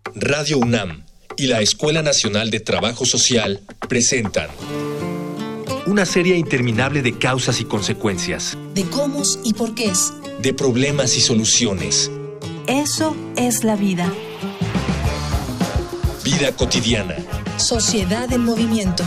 Radio UNAM y la Escuela Nacional de Trabajo Social presentan una serie interminable de causas y consecuencias, de cómo y por qué, de problemas y soluciones. Eso es la vida. Vida cotidiana. Sociedad en movimiento.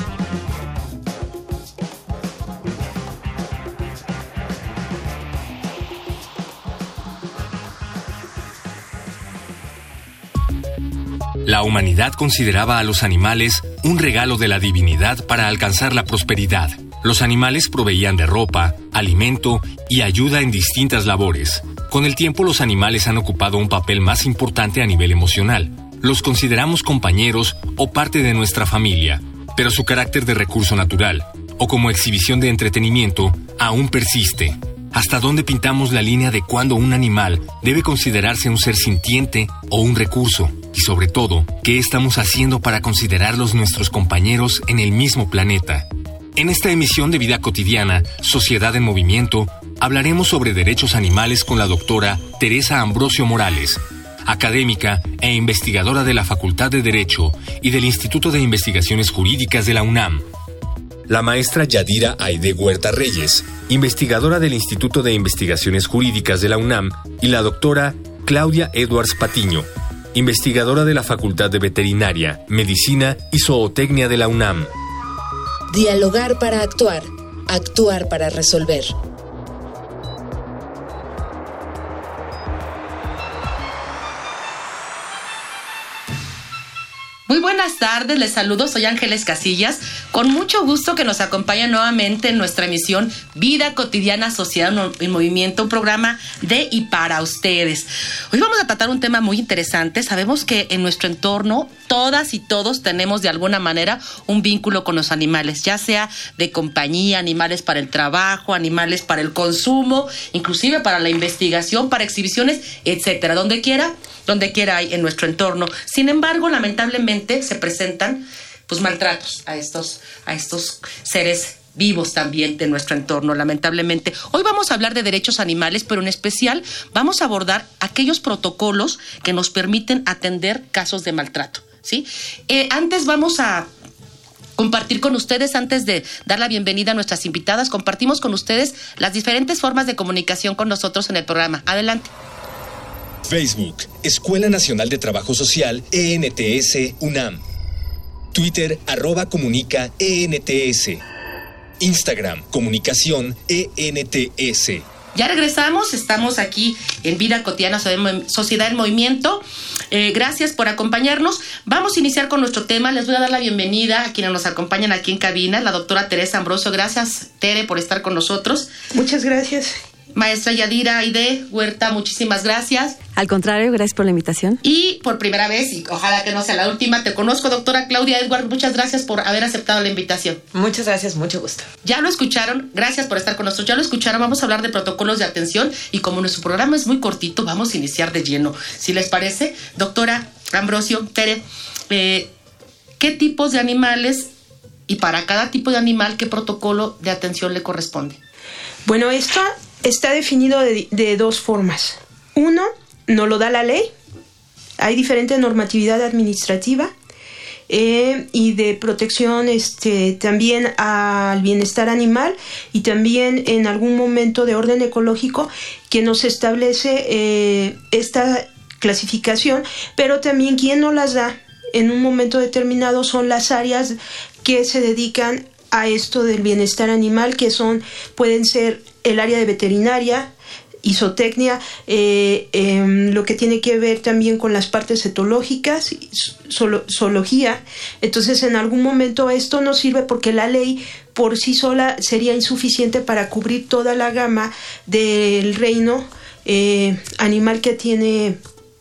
La humanidad consideraba a los animales un regalo de la divinidad para alcanzar la prosperidad. Los animales proveían de ropa, alimento y ayuda en distintas labores. Con el tiempo, los animales han ocupado un papel más importante a nivel emocional. Los consideramos compañeros o parte de nuestra familia, pero su carácter de recurso natural o como exhibición de entretenimiento aún persiste. ¿Hasta dónde pintamos la línea de cuándo un animal debe considerarse un ser sintiente o un recurso? Y sobre todo, ¿qué estamos haciendo para considerarlos nuestros compañeros en el mismo planeta? En esta emisión de Vida Cotidiana, Sociedad en Movimiento, hablaremos sobre derechos animales con la doctora Teresa Ambrosio Morales, académica e investigadora de la Facultad de Derecho y del Instituto de Investigaciones Jurídicas de la UNAM. La maestra Yadira Aide Huerta Reyes, investigadora del Instituto de Investigaciones Jurídicas de la UNAM, y la doctora Claudia Edwards Patiño, investigadora de la Facultad de Veterinaria, Medicina y Zootecnia de la UNAM. Dialogar para actuar, actuar para resolver. Muy buenas tardes, les saludo, soy Ángeles Casillas, con mucho gusto que nos acompaña nuevamente en nuestra emisión Vida Cotidiana, Sociedad en Movimiento, un programa de y para ustedes. Hoy vamos a tratar un tema muy interesante. Sabemos que en nuestro entorno todas y todos tenemos de alguna manera un vínculo con los animales, ya sea de compañía, animales para el trabajo, animales para el consumo, inclusive para la investigación, para exhibiciones, etcétera, donde quiera hay en nuestro entorno. Sin embargo, lamentablemente se presentan pues maltratos a estos seres vivos también de nuestro entorno, lamentablemente. Hoy vamos a hablar de derechos animales, pero en especial vamos a abordar aquellos protocolos que nos permiten atender casos de maltrato, ¿sí? Antes vamos a compartir con ustedes, antes de dar la bienvenida a nuestras invitadas, compartimos con ustedes las diferentes formas de comunicación con nosotros en el programa. Adelante. Facebook, Escuela Nacional de Trabajo Social, ENTS, UNAM. Twitter, @comunica, ENTS. Instagram, Comunicación, ENTS. Ya regresamos, estamos aquí en Vida Cotidiana, Sociedad en Movimiento. Gracias por acompañarnos. Vamos a iniciar con nuestro tema. Les voy a dar la bienvenida a quienes nos acompañan aquí en cabina, la doctora Teresa Ambrosio. Gracias, Tere, por estar con nosotros. Muchas gracias. Maestra Yadira Aide Huerta, muchísimas gracias. Al contrario, gracias por la invitación. Y por primera vez, y ojalá que no sea la última, te conozco, doctora Claudia Edwards. Muchas gracias por haber aceptado la invitación. Muchas gracias, mucho gusto. Ya lo escucharon, gracias por estar con nosotros. Ya lo escucharon, vamos a hablar de protocolos de atención y como nuestro programa es muy cortito, vamos a iniciar de lleno. Si les parece, doctora Ambrosio, Tere, ¿qué tipos de animales y para cada tipo de animal qué protocolo de atención le corresponde? Bueno, esto está definido de dos formas. Uno, no lo da la ley. Hay diferente normatividad administrativa y de protección también al bienestar animal y también en algún momento de orden ecológico que nos establece esta clasificación, pero también quien no las da en un momento determinado son las áreas que se dedican a esto del bienestar animal, que pueden ser el área de veterinaria, zootecnia, lo que tiene que ver también con las partes etológicas, zoología. Entonces, en algún momento esto no sirve porque la ley por sí sola sería insuficiente para cubrir toda la gama del reino animal que tiene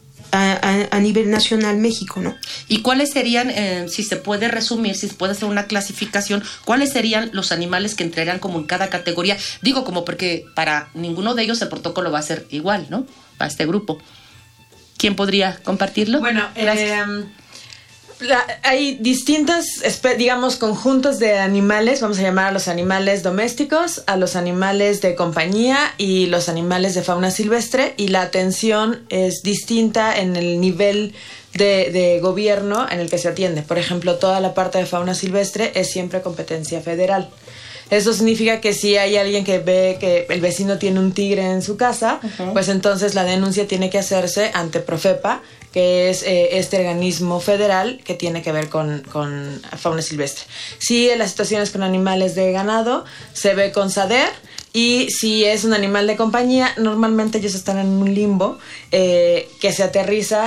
a nivel nacional México, ¿no? ¿Y cuáles serían, si se puede resumir, si se puede hacer una clasificación, cuáles serían los animales que entrarían como en cada categoría? Digo, como porque para ninguno de ellos el protocolo va a ser igual, ¿no? Para este grupo. ¿Quién podría compartirlo? Bueno, hay distintos, digamos, conjuntos de animales. Vamos a llamar a los animales domésticos, a los animales de compañía y los animales de fauna silvestre. Y la atención es distinta en el nivel de gobierno en el que se atiende. Por ejemplo, toda la parte de fauna silvestre es siempre competencia federal. Eso significa que si hay alguien que ve que el vecino tiene un tigre en su casa, pues entonces la denuncia tiene que hacerse ante Profepa, que es este organismo federal que tiene que ver con fauna silvestre. Si en las situaciones con animales de ganado, se ve con SADER, y si es un animal de compañía, normalmente ellos están en un limbo que se aterriza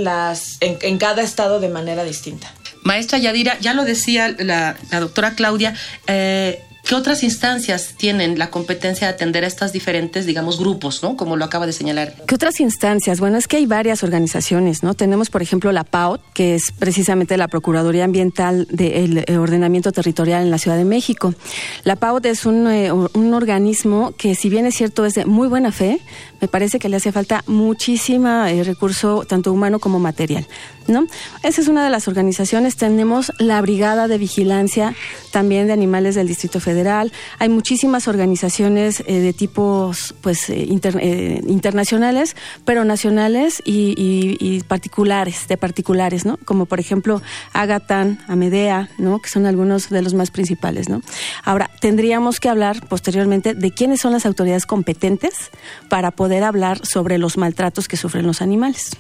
en cada estado de manera distinta. Maestra Yadira, ya lo decía la doctora Claudia, ¿qué otras instancias tienen la competencia de atender a estas diferentes, digamos, grupos, ¿no? Como lo acaba de señalar. ¿Qué otras instancias? Bueno, es que hay varias organizaciones, ¿no? Tenemos, por ejemplo, la PAOT, que es precisamente la Procuraduría Ambiental del Ordenamiento Territorial en la Ciudad de México. La PAOT es un organismo que, si bien es cierto, es de muy buena fe, me parece que le hace falta muchísima recurso, tanto humano como material, ¿no? Esa es una de las organizaciones. Tenemos la Brigada de Vigilancia también de Animales del Distrito Federal. Hay muchísimas organizaciones de tipos internacionales, pero nacionales y particulares, ¿no? Como por ejemplo Agatan, Amedea, ¿no? Que son algunos de los más principales, ¿no? Ahora, tendríamos que hablar posteriormente de quiénes son las autoridades competentes para poder hablar sobre los maltratos que sufren los animales.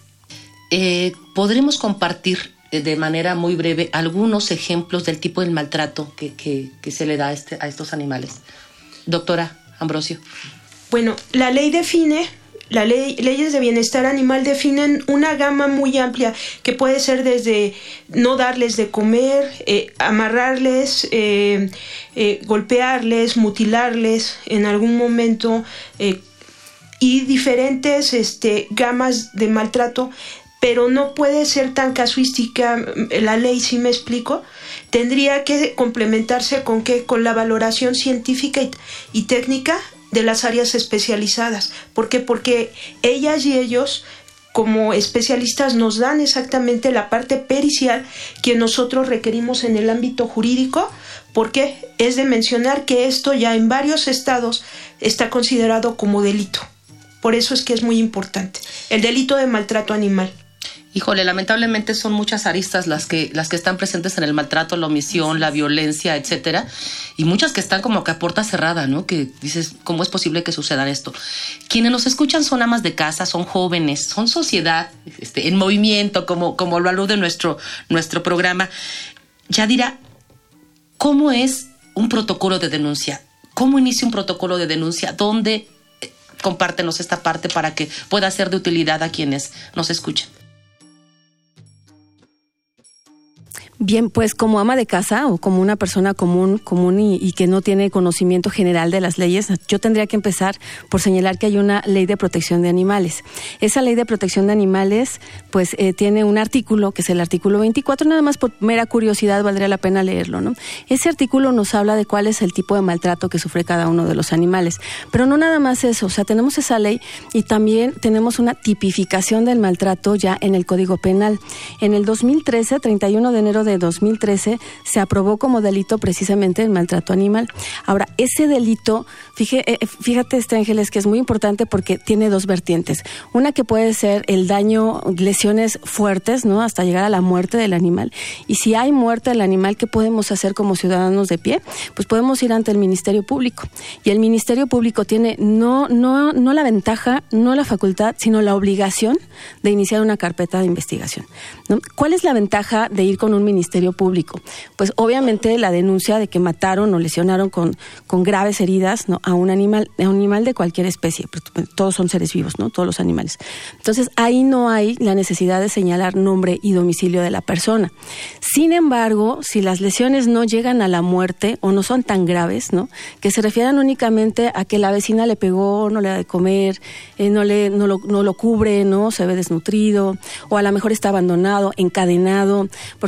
¿Podremos compartir de manera muy breve algunos ejemplos del tipo de maltrato que se le da a estos animales? Doctora Ambrosio. Bueno, la ley define, leyes de bienestar animal definen una gama muy amplia que puede ser desde no darles de comer, amarrarles, golpearles, mutilarles en algún momento, y diferentes gamas de maltrato, pero no puede ser tan casuística la ley, ¿sí me explico? Tendría que complementarse con la valoración científica y técnica de las áreas especializadas. ¿Por qué? Porque ellas y ellos, como especialistas, nos dan exactamente la parte pericial que nosotros requerimos en el ámbito jurídico, porque es de mencionar que esto ya en varios estados está considerado como delito. Por eso es que es muy importante el delito de maltrato animal. Híjole, lamentablemente son muchas aristas las que están presentes en el maltrato, la omisión, la violencia, etcétera, y muchas que están como que a puerta cerrada, ¿no? Que dices, ¿cómo es posible que suceda esto? Quienes nos escuchan son amas de casa, son jóvenes, son sociedad en movimiento, como lo alude nuestro programa. Yadira, ¿cómo es un protocolo de denuncia? ¿Cómo inicia un protocolo de denuncia? ¿Dónde? Compártenos esta parte para que pueda ser de utilidad a quienes nos escuchan. Bien, pues como ama de casa o como una persona común y que no tiene conocimiento general de las leyes, yo tendría que empezar por señalar que hay una ley de protección de animales. Esa ley de protección de animales, pues tiene un artículo, que es el artículo 24, nada más por mera curiosidad valdría la pena leerlo, ¿no? Ese artículo nos habla de cuál es el tipo de maltrato que sufre cada uno de los animales. Pero no nada más eso, o sea, tenemos esa ley y también tenemos una tipificación del maltrato ya en el Código Penal. En el 2013, 31 de enero de 2013, se aprobó como delito precisamente el maltrato animal. Ahora, ese delito, fíjate, Ángeles, que es muy importante porque tiene dos vertientes. Una que puede ser el daño, lesiones fuertes, ¿no? Hasta llegar a la muerte del animal. Y si hay muerte del animal, ¿qué podemos hacer como ciudadanos de pie? Pues podemos ir ante el Ministerio Público. Y el Ministerio Público tiene no la ventaja, no la facultad, sino la obligación de iniciar una carpeta de investigación, ¿no? ¿Cuál es la ventaja de ir con un Ministerio Público? Pues obviamente la denuncia de que mataron o lesionaron con graves heridas, ¿no? a un animal de cualquier especie, todos son seres vivos, ¿no? Todos los animales. Entonces ahí no hay la necesidad de señalar nombre y domicilio de la persona. Sin embargo, si las lesiones no llegan a la muerte o no son tan graves, ¿no? Que se refieran únicamente a que la vecina le pegó, no le da de comer, no lo cubre, ¿no? Se ve desnutrido, o a lo mejor está abandonado, encadenado, porque vemos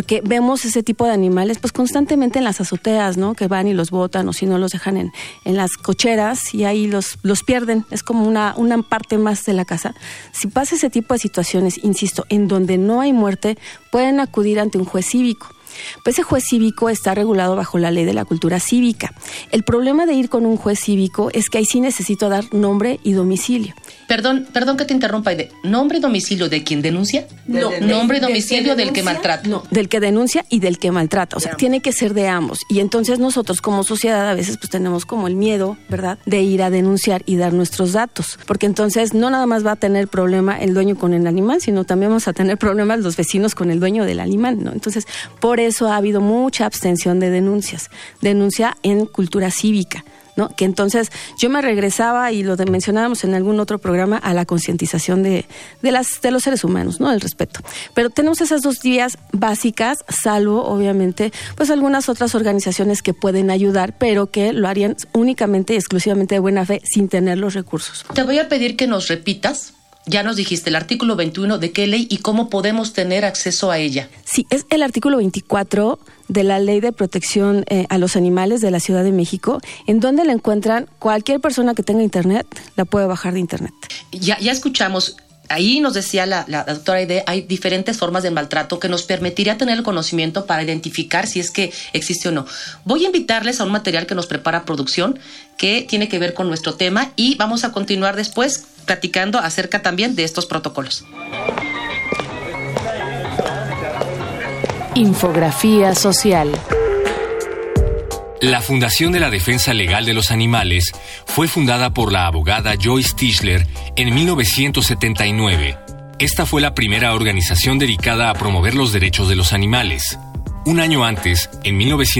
vemos ese tipo de animales pues constantemente en las azoteas, ¿no? Que van y los botan, o si no los dejan en las cocheras y ahí los pierden. Es como una parte más de la casa. Si pasa ese tipo de situaciones, insisto, en donde no hay muerte, pueden acudir ante un juez cívico. Pues ese juez cívico está regulado bajo la ley de la cultura cívica. El problema de ir con un juez cívico es que ahí sí necesito dar nombre y domicilio. Perdón que te interrumpa, Aide. ¿Nombre y domicilio de quien denuncia? No. ¿Nombre y domicilio del que maltrata? No, del que denuncia y del que maltrata. O sea, tiene que ser de ambos. Y entonces nosotros como sociedad a veces pues tenemos como el miedo, ¿verdad?, de ir a denunciar y dar nuestros datos. Porque entonces no nada más va a tener problema el dueño con el animal, sino también vamos a tener problemas los vecinos con el dueño del animal, ¿no? Entonces, por eso ha habido mucha abstención de denuncias. Denuncia en cultura cívica, ¿no? Que entonces yo me regresaba, y lo mencionábamos en algún otro programa, a la concientización de los seres humanos, ¿no? El respeto. Pero tenemos esas dos vías básicas, salvo, obviamente, pues algunas otras organizaciones que pueden ayudar, pero que lo harían únicamente y exclusivamente de buena fe, sin tener los recursos. Te voy a pedir que nos repitas. Ya nos dijiste el artículo 21 de qué ley y cómo podemos tener acceso a ella. Sí, es el artículo 24 de la Ley de Protección a los Animales de la Ciudad de México, en donde la encuentran cualquier persona que tenga internet, la puede bajar de internet. Ya escuchamos. Ahí nos decía la doctora Aide, hay diferentes formas de maltrato que nos permitiría tener el conocimiento para identificar si es que existe o no. Voy a invitarles a un material que nos prepara producción, que tiene que ver con nuestro tema, y vamos a continuar después platicando acerca también de estos protocolos. Infografía social. La Fundación de la Defensa Legal de los Animales fue fundada por la abogada Joyce Tischler en 1979. Esta fue la primera organización dedicada a promover los derechos de los animales. Un año antes, en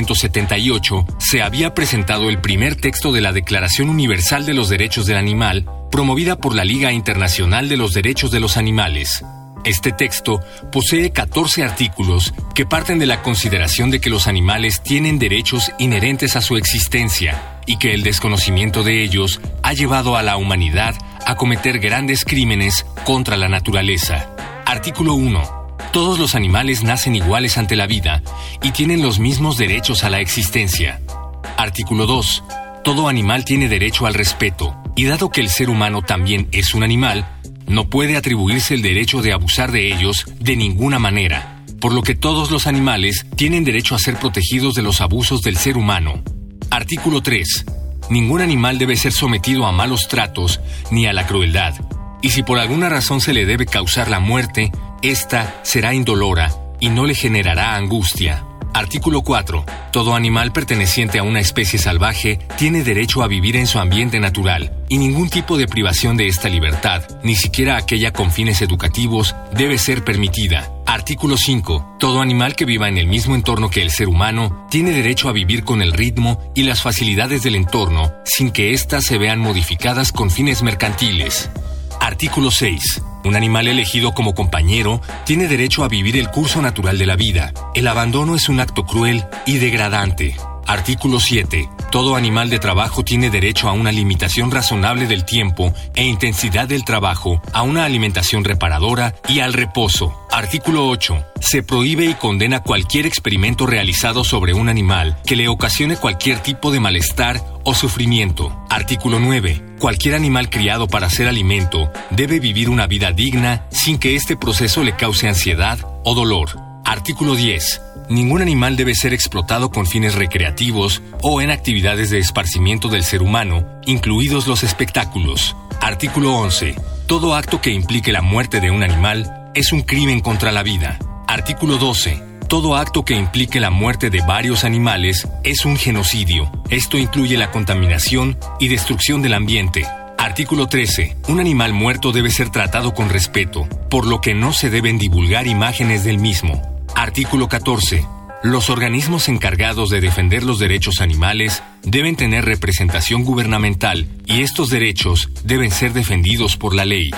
1978, se había presentado el primer texto de la Declaración Universal de los Derechos del Animal, promovida por la Liga Internacional de los Derechos de los Animales. Este texto posee 14 artículos que parten de la consideración de que los animales tienen derechos inherentes a su existencia y que el desconocimiento de ellos ha llevado a la humanidad a cometer grandes crímenes contra la naturaleza. Artículo 1. Todos los animales nacen iguales ante la vida y tienen los mismos derechos a la existencia. Artículo 2. Todo animal tiene derecho al respeto, y dado que el ser humano también es un animal, no puede atribuirse el derecho de abusar de ellos de ninguna manera, por lo que todos los animales tienen derecho a ser protegidos de los abusos del ser humano. Artículo 3. Ningún animal debe ser sometido a malos tratos ni a la crueldad, y si por alguna razón se le debe causar la muerte, esta será indolora y no le generará angustia. Artículo 4. Todo animal perteneciente a una especie salvaje tiene derecho a vivir en su ambiente natural, y ningún tipo de privación de esta libertad, ni siquiera aquella con fines educativos, debe ser permitida. Artículo 5. Todo animal que viva en el mismo entorno que el ser humano tiene derecho a vivir con el ritmo y las facilidades del entorno, sin que éstas se vean modificadas con fines mercantiles. Artículo 6. Un animal elegido como compañero tiene derecho a vivir el curso natural de la vida. El abandono es un acto cruel y degradante. Artículo 7. Todo animal de trabajo tiene derecho a una limitación razonable del tiempo e intensidad del trabajo, a una alimentación reparadora y al reposo. Artículo 8. Se prohíbe y condena cualquier experimento realizado sobre un animal que le ocasione cualquier tipo de malestar o sufrimiento. Artículo 9. Cualquier animal criado para ser alimento debe vivir una vida digna sin que este proceso le cause ansiedad o dolor. Artículo 10. Ningún animal debe ser explotado con fines recreativos o en actividades de esparcimiento del ser humano, incluidos los espectáculos. Artículo 11. Todo acto que implique la muerte de un animal es un crimen contra la vida. Artículo 12. Todo acto que implique la muerte de varios animales es un genocidio. Esto incluye la contaminación y destrucción del ambiente. Artículo 13. Un animal muerto debe ser tratado con respeto, por lo que no se deben divulgar imágenes del mismo. Artículo 14. Los organismos encargados de defender los derechos animales deben tener representación gubernamental y estos derechos deben ser defendidos por la ley.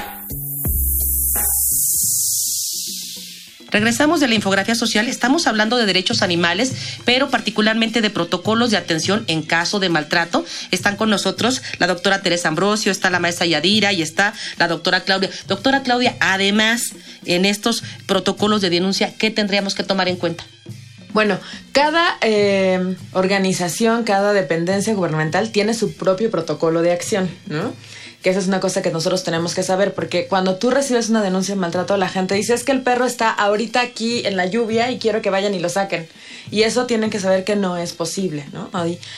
Regresamos de la infografía social. Estamos hablando de derechos animales, pero particularmente de protocolos de atención en caso de maltrato. Están con nosotros la doctora Teresa Ambrosio, está la maestra Yadira y está la doctora Claudia. Doctora Claudia, además, en estos protocolos de denuncia, ¿qué tendríamos que tomar en cuenta? Bueno, cada organización, cada dependencia gubernamental tiene su propio protocolo de acción, ¿no? Que esa es una cosa que nosotros tenemos que saber, porque cuando tú recibes una denuncia de maltrato, la gente dice, es que el perro está ahorita aquí en la lluvia y quiero que vayan y lo saquen. Y eso tienen que saber que no es posible, ¿no?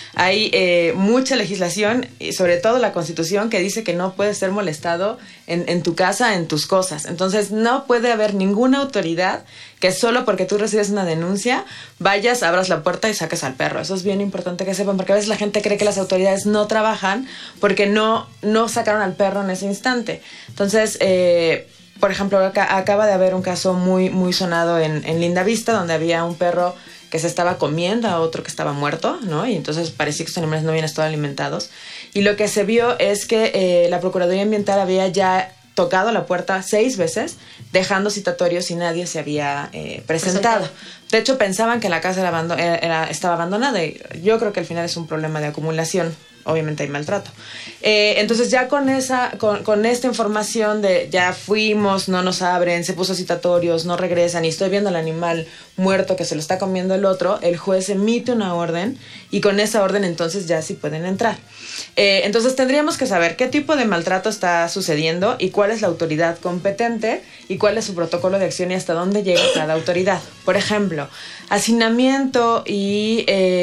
Hay mucha legislación, y sobre todo la Constitución, que dice que no puedes ser molestado en tu casa, en tus cosas. Entonces, no puede haber ninguna autoridad que solo porque tú recibes una denuncia vayas, abras la puerta y saques al perro. Eso es bien importante que sepan, porque a veces la gente cree que las autoridades no trabajan porque no sacaron al perro en ese instante. Entonces, por ejemplo, acaba de haber un caso muy, muy sonado en Lindavista, donde había un perro que se estaba comiendo a otro que estaba muerto, ¿no? Y entonces parecía que estos animales no habían estado alimentados. Y lo que se vio es que la Procuraduría Ambiental había ya tocado la puerta 6 veces, dejando citatorios y nadie se había presentado. De hecho, pensaban que la casa estaba abandonada y yo creo que al final es un problema de acumulación. Obviamente hay maltrato. Entonces ya con esta información de ya fuimos, no nos abren, se puso citatorios, no regresan y estoy viendo al animal muerto que se lo está comiendo el otro, el juez emite una orden y con esa orden entonces ya sí pueden entrar. Entonces tendríamos que saber qué tipo de maltrato está sucediendo y cuál es la autoridad competente y cuál es su protocolo de acción y hasta dónde llega cada autoridad. Por ejemplo, hacinamiento y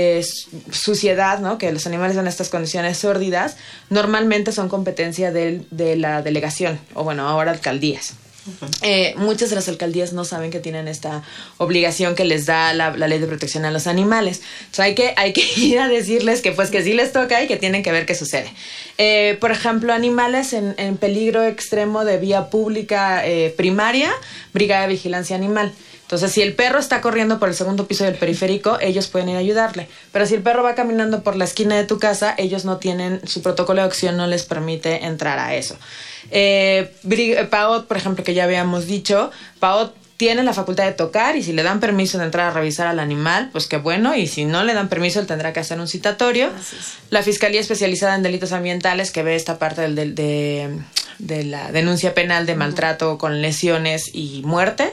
suciedad, ¿no? Que los animales en estas condiciones sórdidas normalmente son competencia de la delegación o bueno, ahora alcaldías. Muchas de las alcaldías no saben que tienen esta obligación que les da la ley de protección a los animales. Entonces hay que ir a decirles que pues que sí les toca y que tienen que ver qué sucede. Por ejemplo, animales en peligro extremo de vía pública primaria, Brigada de Vigilancia Animal. Entonces, si el perro está corriendo por el segundo piso del periférico, ellos pueden ir a ayudarle. Pero si el perro va caminando por la esquina de tu casa, ellos no tienen, su protocolo de acción no les permite entrar a eso. PAOT, por ejemplo, que ya habíamos dicho, PAOT tiene la facultad de tocar y si le dan permiso de entrar a revisar al animal, pues qué bueno, y si no le dan permiso, él tendrá que hacer un citatorio. La Fiscalía Especializada en Delitos Ambientales, que ve esta parte de la denuncia penal de maltrato con lesiones y muerte.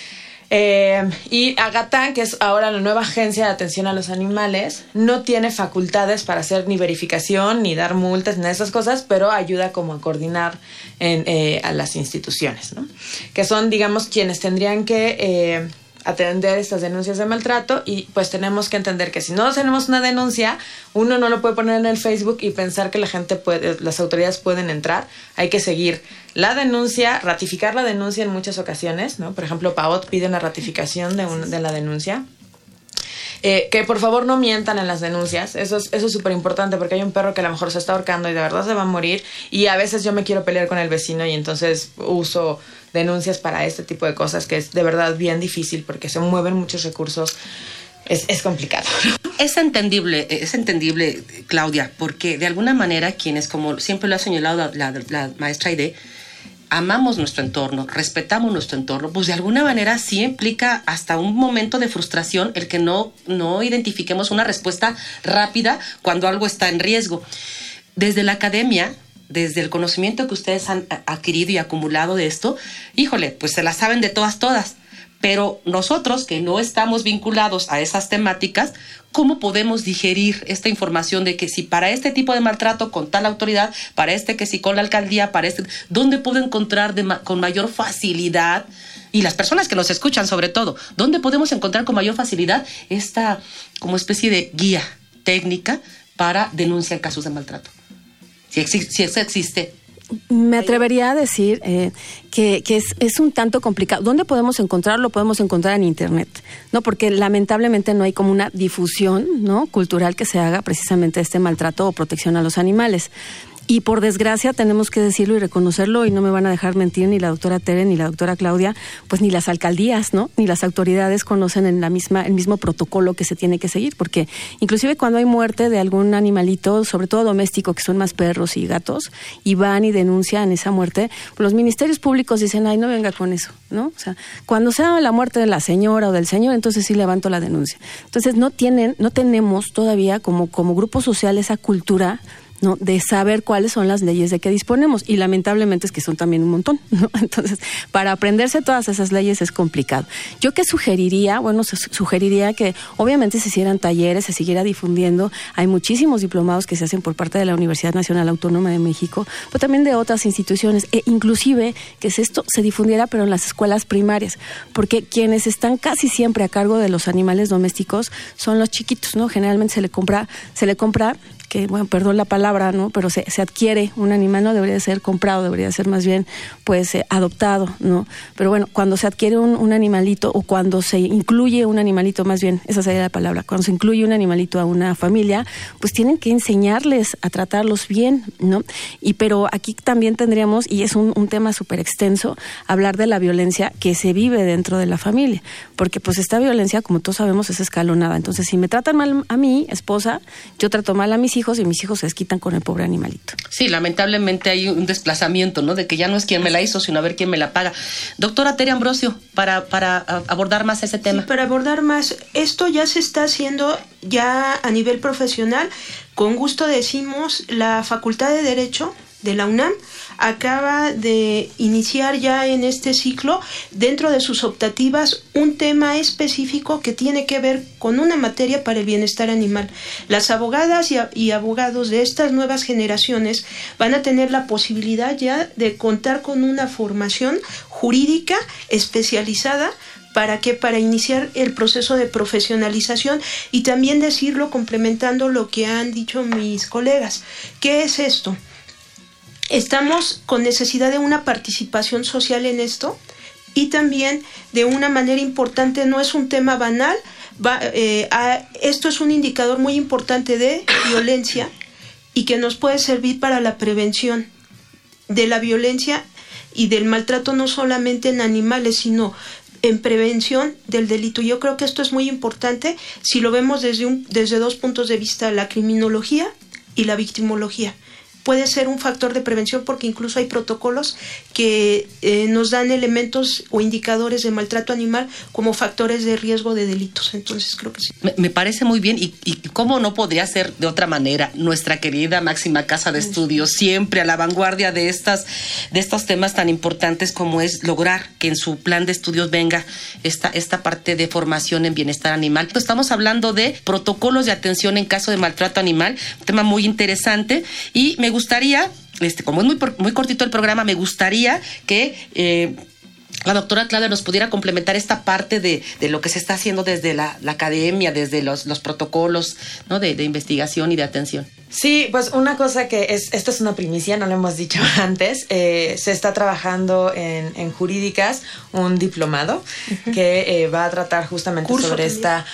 Y Agatán, que es ahora la nueva agencia de atención a los animales, no tiene facultades para hacer ni verificación, ni dar multas, ni esas cosas, pero ayuda como a coordinar a las instituciones, ¿no? Que son, digamos, quienes tendrían que atender estas denuncias de maltrato y pues tenemos que entender que si no tenemos una denuncia, uno no lo puede poner en el Facebook y pensar que las autoridades pueden entrar. Hay que seguir la denuncia, ratificar la denuncia en muchas ocasiones, ¿no? Por ejemplo, PAOT pide una ratificación de la denuncia. Que por favor no mientan en las denuncias. Eso es súper importante porque hay un perro que a lo mejor se está ahorcando y de verdad se va a morir y a veces yo me quiero pelear con el vecino y entonces uso denuncias para este tipo de cosas que es de verdad bien difícil porque se mueven muchos recursos. Es complicado. Es entendible, Claudia, porque de alguna manera quienes, como siempre lo ha señalado la maestra Aide, amamos nuestro entorno, respetamos nuestro entorno, pues de alguna manera sí implica hasta un momento de frustración el que no identifiquemos una respuesta rápida cuando algo está en riesgo. Desde la academia, desde el conocimiento que ustedes han adquirido y acumulado de esto, híjole, pues se la saben de todas. Pero nosotros que no estamos vinculados a esas temáticas, ¿cómo podemos digerir esta información de que si para este tipo de maltrato con tal autoridad, para que si con la alcaldía, ¿dónde puedo encontrar con mayor facilidad? Y las personas que nos escuchan sobre todo, ¿dónde podemos encontrar con mayor facilidad esta como especie de guía técnica para denuncia en casos de maltrato? Si eso existe. Me atrevería a decir que es un tanto complicado. ¿Dónde podemos encontrarlo? Podemos encontrar en Internet, ¿no? Porque lamentablemente no hay como una difusión, ¿no?, cultural que se haga precisamente de este maltrato o protección a los animales. Y por desgracia tenemos que decirlo y reconocerlo, y no me van a dejar mentir ni la doctora Tere ni la doctora Claudia, pues ni las alcaldías, ¿no?, ni las autoridades conocen el mismo protocolo que se tiene que seguir, porque inclusive cuando hay muerte de algún animalito, sobre todo doméstico, que son más perros y gatos, y van y denuncian esa muerte, pues los ministerios públicos dicen, ay, no venga con eso, ¿no? O sea, cuando sea la muerte de la señora o del señor, entonces sí levanto la denuncia. Entonces no tenemos todavía como grupo social esa cultura ¿no? De saber cuáles son las leyes de que disponemos, y lamentablemente es que son también un montón, ¿no? Entonces, para aprenderse todas esas leyes es complicado. Yo qué sugeriría, bueno, sugeriría que obviamente se hicieran talleres, se siguiera difundiendo. Hay muchísimos diplomados que se hacen por parte de la Universidad Nacional Autónoma de México, pero también de otras instituciones, e inclusive que esto se difundiera pero en las escuelas primarias, porque quienes están casi siempre a cargo de los animales domésticos son los chiquitos, ¿no? Generalmente se le compra que, bueno, perdón la palabra, ¿no? Pero se adquiere un animal, no debería ser comprado, debería ser más bien, pues, adoptado, ¿no? Pero bueno, cuando se adquiere un animalito, o cuando se incluye un animalito, más bien, esa sería la palabra, cuando se incluye un animalito a una familia, pues tienen que enseñarles a tratarlos bien, ¿no? Pero aquí también tendríamos, y es un tema súper extenso, hablar de la violencia que se vive dentro de la familia, porque pues esta violencia, como todos sabemos, es escalonada. Entonces, si me tratan mal a mi esposa, yo trato mal a mis hijos, y mis hijos se desquitan con el pobre animalito. Sí, lamentablemente hay un desplazamiento, ¿no? De que ya no es quien me la hizo, sino a ver quién me la paga. Doctora Tere Ambrosio, para abordar más ese tema. Sí, para abordar más, esto ya se está haciendo ya a nivel profesional. Con gusto decimos, la Facultad de Derecho de la UNAM acaba de iniciar ya en este ciclo, dentro de sus optativas, un tema específico que tiene que ver con una materia para el bienestar animal. Las abogadas y abogados de estas nuevas generaciones van a tener la posibilidad ya de contar con una formación jurídica especializada. ¿Para qué? Para iniciar el proceso de profesionalización, y también decirlo complementando lo que han dicho mis colegas. ¿Qué es esto? Estamos con necesidad de una participación social en esto, y también de una manera importante, no es un tema banal, esto es un indicador muy importante de violencia y que nos puede servir para la prevención de la violencia y del maltrato, no solamente en animales, sino en prevención del delito. Yo creo que esto es muy importante si lo vemos desde dos puntos de vista, la criminología y la victimología. Puede ser un factor de prevención porque incluso hay protocolos que nos dan elementos o indicadores de maltrato animal como factores de riesgo de delitos. Entonces creo que sí. Me parece muy bien, y cómo no podría ser de otra manera. Nuestra querida máxima casa de estudios, siempre a la vanguardia de estos temas tan importantes como es lograr que en su plan de estudios venga esta parte de formación en bienestar animal. Pues estamos hablando de protocolos de atención en caso de maltrato animal, un tema muy interesante, y me gustaría, como es muy cortito el programa, me gustaría que la doctora Claudia nos pudiera complementar esta parte de lo que se está haciendo desde la academia, desde los protocolos, ¿no? de investigación y de atención. Sí, pues una cosa esto es una primicia, no lo hemos dicho antes, se está trabajando en jurídicas un diplomado que va a tratar justamente curso sobre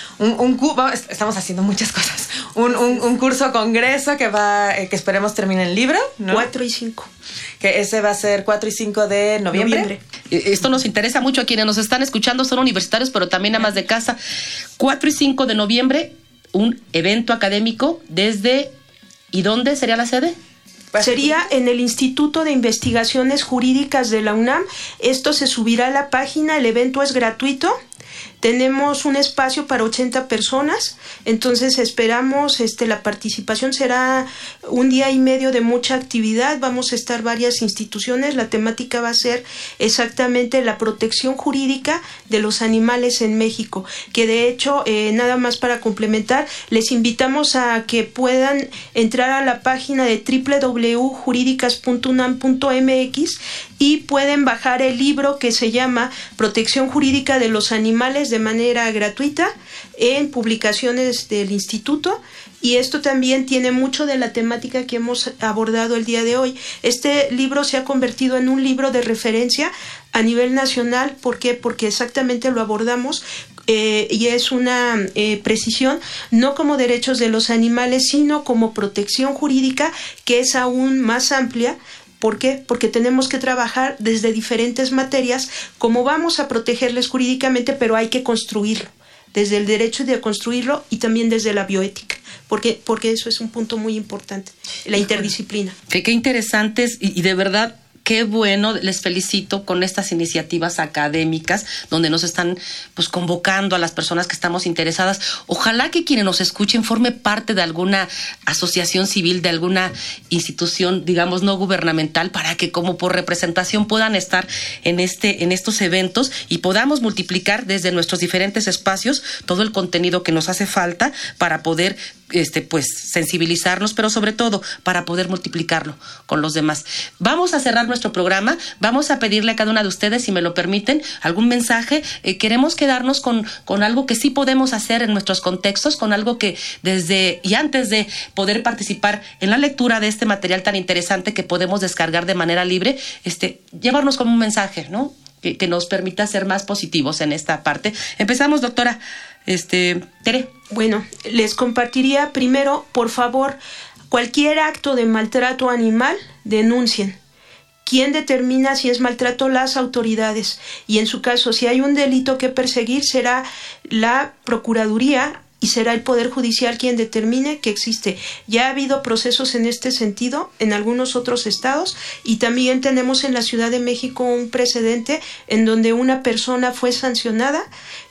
estamos haciendo muchas cosas, un curso congreso que esperemos termine en libro, ¿no? 4 y 5. Que ese va a ser 4 y 5 de noviembre. Esto nos interesa mucho a quienes nos están escuchando, son universitarios, pero también amas de casa. 4 y 5 de noviembre, un evento académico desde... ¿Y dónde sería la sede? Sería en el Instituto de Investigaciones Jurídicas de la UNAM. Esto se subirá a la página, el evento es gratuito. Tenemos un espacio para 80 personas, entonces esperamos, la participación será un día y medio de mucha actividad, vamos a estar varias instituciones, la temática va a ser exactamente la protección jurídica de los animales en México, que de hecho, nada más para complementar, les invitamos a que puedan entrar a la página de www.juridicas.unam.mx y pueden bajar el libro que se llama Protección Jurídica de los Animales de manera gratuita en publicaciones del instituto, y esto también tiene mucho de la temática que hemos abordado el día de hoy. Este libro se ha convertido en un libro de referencia a nivel nacional. ¿Por qué? Porque exactamente lo abordamos y es una precisión, no como derechos de los animales, sino como protección jurídica, que es aún más amplia. ¿Por qué? Porque tenemos que trabajar desde diferentes materias, cómo vamos a protegerles jurídicamente, pero hay que construirlo, desde el derecho de construirlo y también desde la bioética, porque eso es un punto muy importante, la interdisciplina. Qué interesantes y de verdad Qué bueno, les felicito con estas iniciativas académicas donde nos están pues convocando a las personas que estamos interesadas. Ojalá que quienes nos escuchen forme parte de alguna asociación civil, de alguna institución, digamos, no gubernamental, para que como por representación puedan estar en estos eventos y podamos multiplicar desde nuestros diferentes espacios todo el contenido que nos hace falta para poder pues sensibilizarnos, pero sobre todo para poder multiplicarlo con los demás. Vamos a cerrar nuestro programa, vamos a pedirle a cada una de ustedes, si me lo permiten, algún mensaje. Queremos quedarnos con algo que sí podemos hacer en nuestros contextos, con algo que desde y antes de poder participar en la lectura de este material tan interesante que podemos descargar de manera libre, llevarnos como un mensaje, ¿no? Que nos permita ser más positivos en esta parte. Empezamos, doctora. Tere. Bueno, les compartiría primero, por favor, cualquier acto de maltrato animal, denuncien. ¿Quién determina si es maltrato? Las autoridades. Y en su caso, si hay un delito que perseguir, será la Procuraduría y será el Poder Judicial quien determine que existe. Ya ha habido procesos en este sentido en algunos otros estados y también tenemos en la Ciudad de México un precedente en donde una persona fue sancionada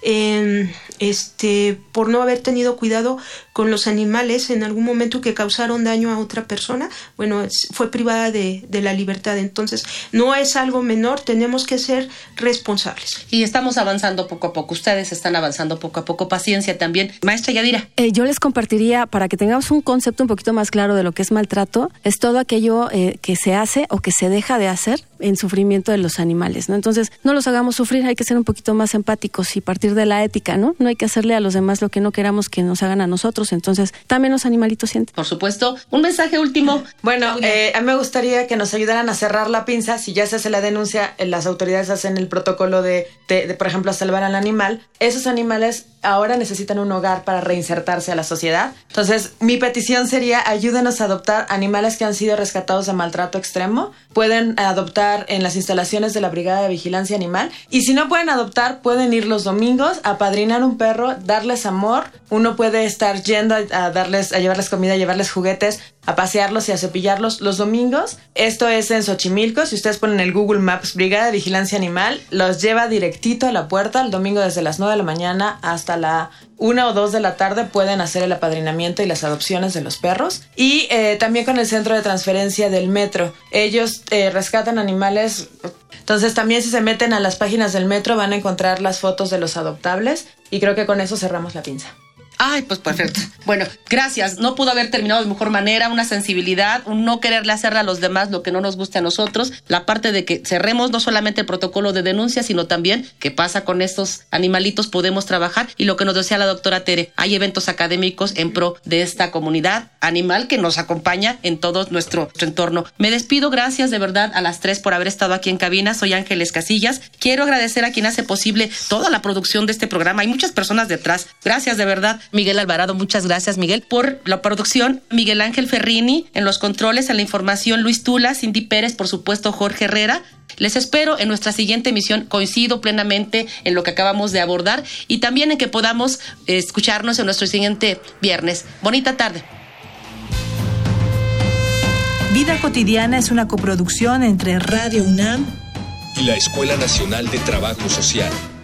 por no haber tenido cuidado con los animales en algún momento que causaron daño a otra persona. Bueno, fue privada de la libertad. Entonces, no es algo menor, tenemos que ser responsables. Y estamos avanzando poco a poco, ustedes están avanzando poco a poco, paciencia también. Maestra Yadira. Yo les compartiría, para que tengamos un concepto un poquito más claro de lo que es maltrato, es todo aquello que se hace o que se deja de hacer en sufrimiento de los animales, ¿no? Entonces, no los hagamos sufrir, hay que ser un poquito más empáticos y partir de la ética, ¿no? No hay que hacerle a los demás lo que no queramos que nos hagan a nosotros, entonces también los animalitos sienten. Por supuesto. Un mensaje último. Bueno, a mí me gustaría que nos ayudaran a cerrar la pinza. Si ya se hace la denuncia, las autoridades hacen el protocolo de por ejemplo, salvar al animal. Esos animales ahora necesitan un hogar para reinsertarse a la sociedad. Entonces, mi petición sería, ayúdenos a adoptar animales que han sido rescatados de maltrato extremo. Pueden adoptar en las instalaciones de la Brigada de Vigilancia Animal. Y si no pueden adoptar, pueden ir los domingos a apadrinar un perro, darles amor. Uno puede estar yendo a llevarles comida, a llevarles juguetes, a pasearlos y a cepillarlos los domingos. Esto es en Xochimilco. Si ustedes ponen el Google Maps Brigada de Vigilancia Animal, los lleva directito a la puerta el domingo desde las 9 de la mañana hasta la 1 o 2 de la tarde. Pueden hacer el apadrinamiento y las adopciones de los perros. Y también con el centro de transferencia del metro. Ellos rescatan animales. Entonces también si se meten a las páginas del metro van a encontrar las fotos de los adoptables. Y creo que con eso cerramos la pinza. Ay, pues perfecto. Bueno, gracias. No pudo haber terminado de mejor manera, una sensibilidad, un no quererle hacerle a los demás lo que no nos guste a nosotros, la parte de que cerremos no solamente el protocolo de denuncia, sino también qué pasa con estos animalitos, podemos trabajar, y lo que nos decía la doctora Tere, hay eventos académicos en pro de esta comunidad animal que nos acompaña en todo nuestro entorno. Me despido, gracias de verdad a las tres por haber estado aquí en cabina. Soy Ángeles Casillas. Quiero agradecer a quien hace posible toda la producción de este programa. Hay muchas personas detrás. Gracias de verdad. Miguel Alvarado, muchas gracias, Miguel, por la producción. Miguel Ángel Ferrini en los controles, en la información, Luis Tula, Cindy Pérez, por supuesto, Jorge Herrera. Les espero en nuestra siguiente emisión. Coincido plenamente en lo que acabamos de abordar y también en que podamos escucharnos en nuestro siguiente viernes. Bonita tarde. Vida Cotidiana es una coproducción entre Radio UNAM y la Escuela Nacional de Trabajo Social.